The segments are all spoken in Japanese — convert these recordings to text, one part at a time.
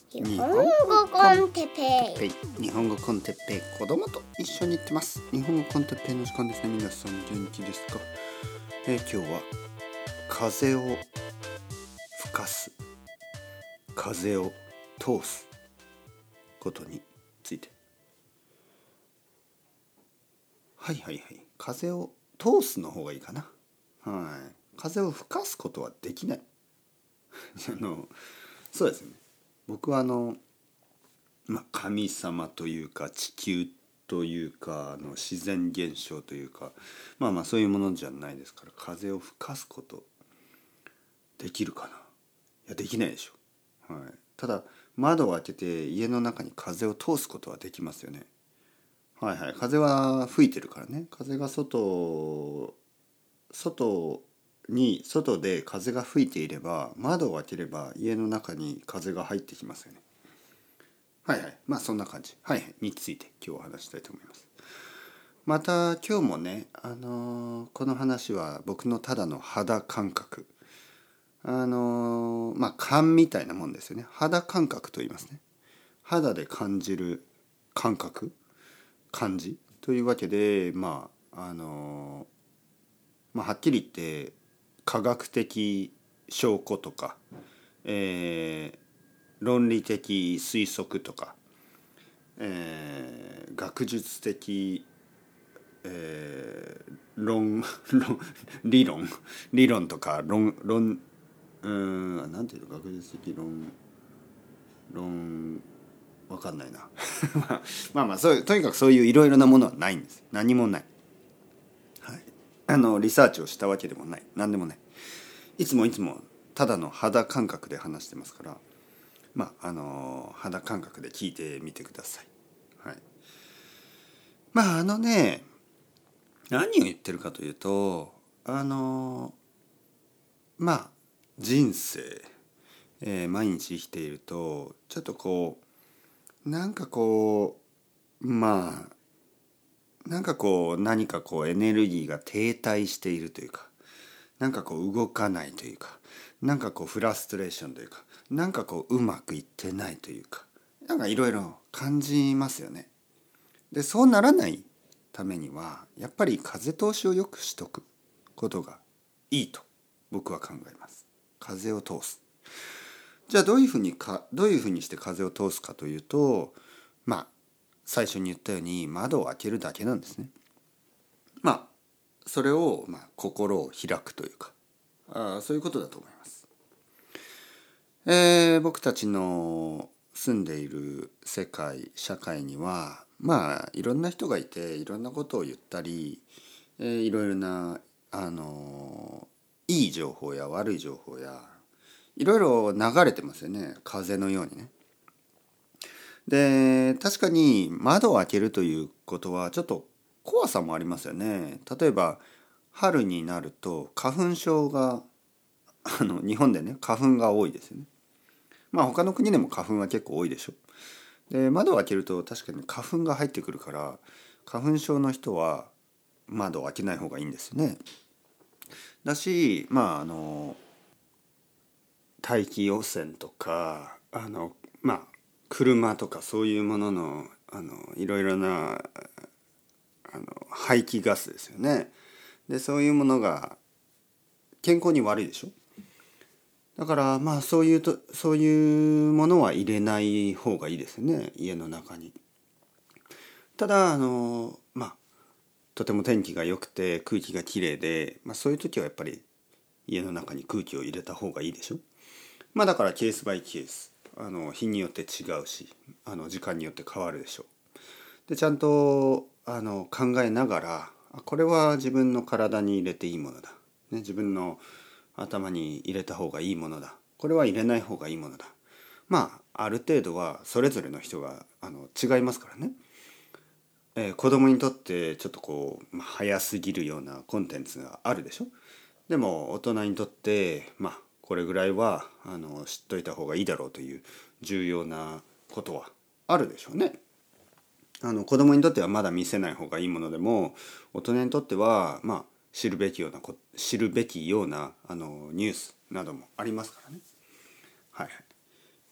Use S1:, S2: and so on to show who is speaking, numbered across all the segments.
S1: 日本語コンテッペイ、
S2: 日本語コンテッペイ、子供と一緒に行ってます。日本語コンテッペイの時間ですね。皆さん元気ですか？今日は風を吹かす、風を通すことについて。はい、風を通すの方がいいかな。風を吹かすことはできないそうですね。僕は神様というか地球というか自然現象というかそういうものじゃないですから、風を吹かすことできるかな。いや、できないでしょ。ただ窓を開けて家の中に風を通すことはできますよね。風は吹いてるからね。風が外で風が吹いていれば、窓を開ければ家の中に風が入ってきますよね。そんな感じについて今日は話したいと思います。また今日もね、この話は僕のただの肌感覚、感みたいなもんですよね。肌感覚と言いますね。肌で感じる感覚、感じというわけで、はっきり言って科学的証拠とか、論理的推測とか、学術的、理論とかなんていうの、学術的論わかんないなそういう、とにかくそういういろいろなものはないんです。何もない。リサーチをしたわけでもない。何でもない。いつもただの肌感覚で話してますから、肌感覚で聞いてみてください。何を言ってるかというと、人生、毎日生きているとちょっと何かエネルギーが停滞しているというか、動かないというか、フラストレーションというか、うまくいってないというか、いろいろ感じますよね。で、そうならないためにはやっぱり風通しをよくしとくことがいいと僕は考えます。風を通す。じゃあどういうふうにして風を通すかというと、最初に言ったように窓を開けるだけなんですね。それを心を開くというか、そういうことだと思います。僕たちの住んでいる社会にはいろんな人がいて、いろんなことを言ったり、いろいろないい情報や悪い情報やいろいろ流れてますよね。風のようにね。で、確かに窓を開けるということはちょっと怖さもありますよね。例えば春になると花粉症が日本でね、花粉が多いですよね。他の国でも花粉は結構多いでしょ。で、窓を開けると確かに花粉が入ってくるから、花粉症の人は窓を開けない方がいいんですよね。だし、大気汚染とか車とかそういうもののいろいろな排気ガスですよね。で、そういうものが健康に悪いでしょ。だからそういうものは入れない方がいいですよね、家の中に。ただとても天気が良くて空気がきれいで、そういう時はやっぱり家の中に空気を入れた方がいいでしょ。だからケースバイケース、日によって違うし、時間によって変わるでしょう。で、ちゃんと考えながら、これは自分の体に入れていいものだ、自分の頭に入れた方がいいものだ、これは入れない方がいいものだ。ある程度はそれぞれの人が違いますからね。子供にとってちょっと早すぎるようなコンテンツがあるでしょ。でも大人にとってこれぐらいは知っといた方がいいだろうという重要なことはあるでしょうね。子供にとってはまだ見せない方がいいものでも、大人にとっては知るべきようなニュースなどもありますからね。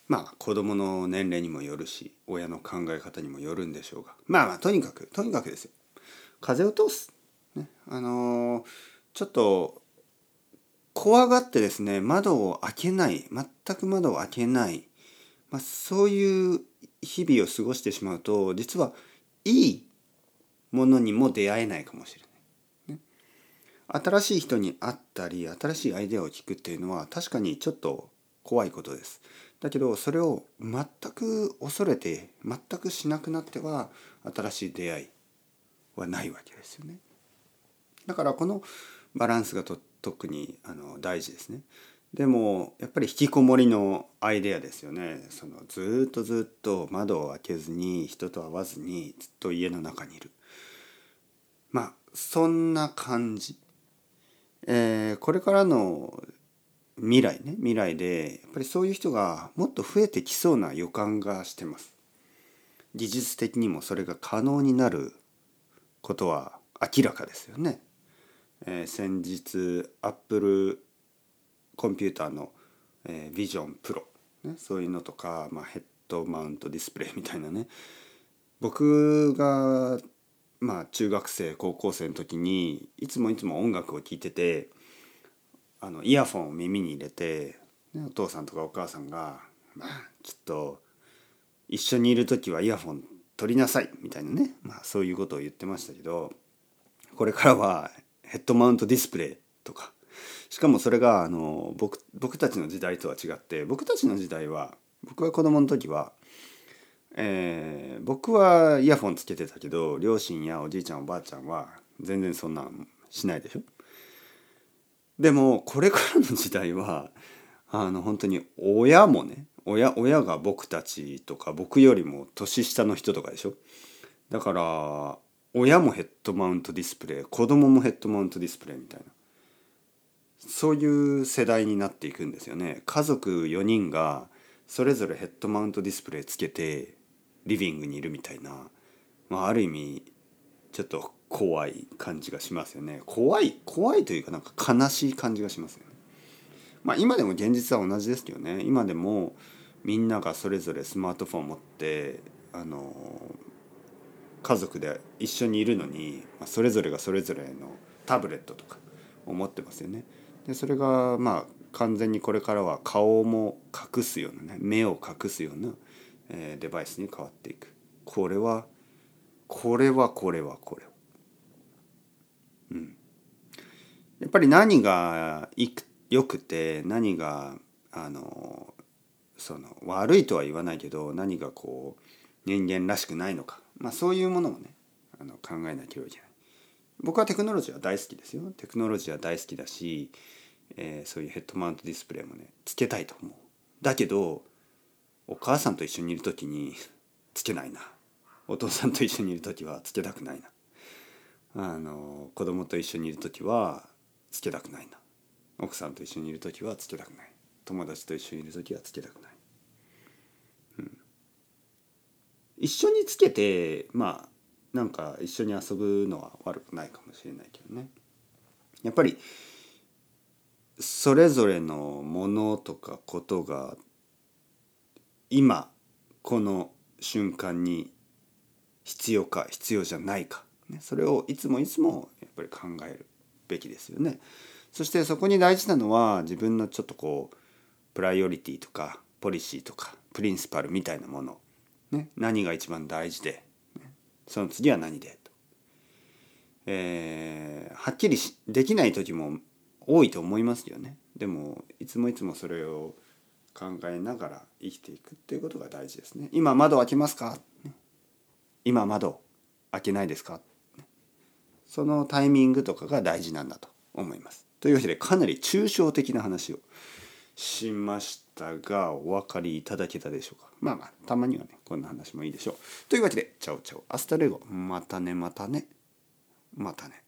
S2: まあ子供の年齢にもよるし、親の考え方にもよるんでしょうが、まあとにかくですよ、風を通す、ね、ちょっと怖がってですね、窓を開けない、全く窓を開けない、そういう日々を過ごしてしまうと、実はいいものにも出会えないかもしれない、ね、新しい人に会ったり、新しいアイデアを聞くっていうのは確かにちょっと怖いことです。だけどそれを全く恐れて、全くしなくなっては新しい出会いはないわけですよね。だからこのバランスが特に大事ですね。でもやっぱり引きこもりのアイデアですよね。ずっと窓を開けずに、人と会わずにずっと家の中にいる、そんな感じ、これからの未来でやっぱりそういう人がもっと増えてきそうな予感がしてます。技術的にもそれが可能になることは明らかですよね。先日アップルコンピューターの、ビジョンプロ、ね、そういうのとか、ヘッドマウントディスプレイみたいなね、僕が中学生高校生の時にいつも音楽を聴いてて、イヤフォンを耳に入れて、ね、お父さんとかお母さんがきっと一緒にいる時はイヤフォン取りなさいみたいなね、そういうことを言ってましたけど、これからはヘッドマウントディスプレイとか、しかもそれが僕たちの時代とは違って、僕たちの時代は、僕が子供の時は、僕はイヤフォンつけてたけど、両親やおじいちゃんおばあちゃんは全然そんなんしないでしょ。でもこれからの時代は本当に親もね、親が僕たちとか、僕よりも年下の人とかでしょ。だから親もヘッドマウントディスプレイ、子供もヘッドマウントディスプレイみたいな、そういう世代になっていくんですよね。家族4人がそれぞれヘッドマウントディスプレイつけてリビングにいるみたいな、ある意味ちょっと怖い感じがしますよね。怖いというか、なんか悲しい感じがしますよね。今でも現実は同じですけどね。今でもみんながそれぞれスマートフォンを持って家族で一緒にいるのに、それぞれがそれぞれのタブレットとかを持ってますよね。でそれが完全にこれからは顔も隠すようなね、目を隠すような、デバイスに変わっていく。これはやっぱり何が良くて、何が悪いとは言わないけど、何が人間らしくないのか、そういうものをね考えなきゃいけない。僕はテクノロジーは大好きですよ。テクノロジーは大好きだし、そういうヘッドマウントディスプレイもねつけたいと思う。だけどお母さんと一緒にいる時につけないな、お父さんと一緒にいる時はつけたくないな、子供と一緒にいる時はつけたくないな、奥さんと一緒にいる時はつけたくない、友達と一緒にいる時はつけたくない、一緒につけてなんか一緒に遊ぶのは悪くないかもしれないけどね。やっぱりそれぞれのものとかことが今この瞬間に必要か必要じゃないか、それをいつもやっぱり考えるべきですよね。そしてそこに大事なのは、自分のちょっとプライオリティとかポリシーとかプリンシパルみたいなもの、何が一番大事で、その次は何でと、はっきりできない時も多いと思いますよね。でもいつもそれを考えながら生きていくっていうことが大事ですね。今窓開けますか？今窓開けないですか？そのタイミングとかが大事なんだと思います。というわけでかなり抽象的な話をしましたが、お分かりいただけたでしょうか。たまにはねこんな話もいいでしょう。というわけでチャオチャオアスタレゴ、またね。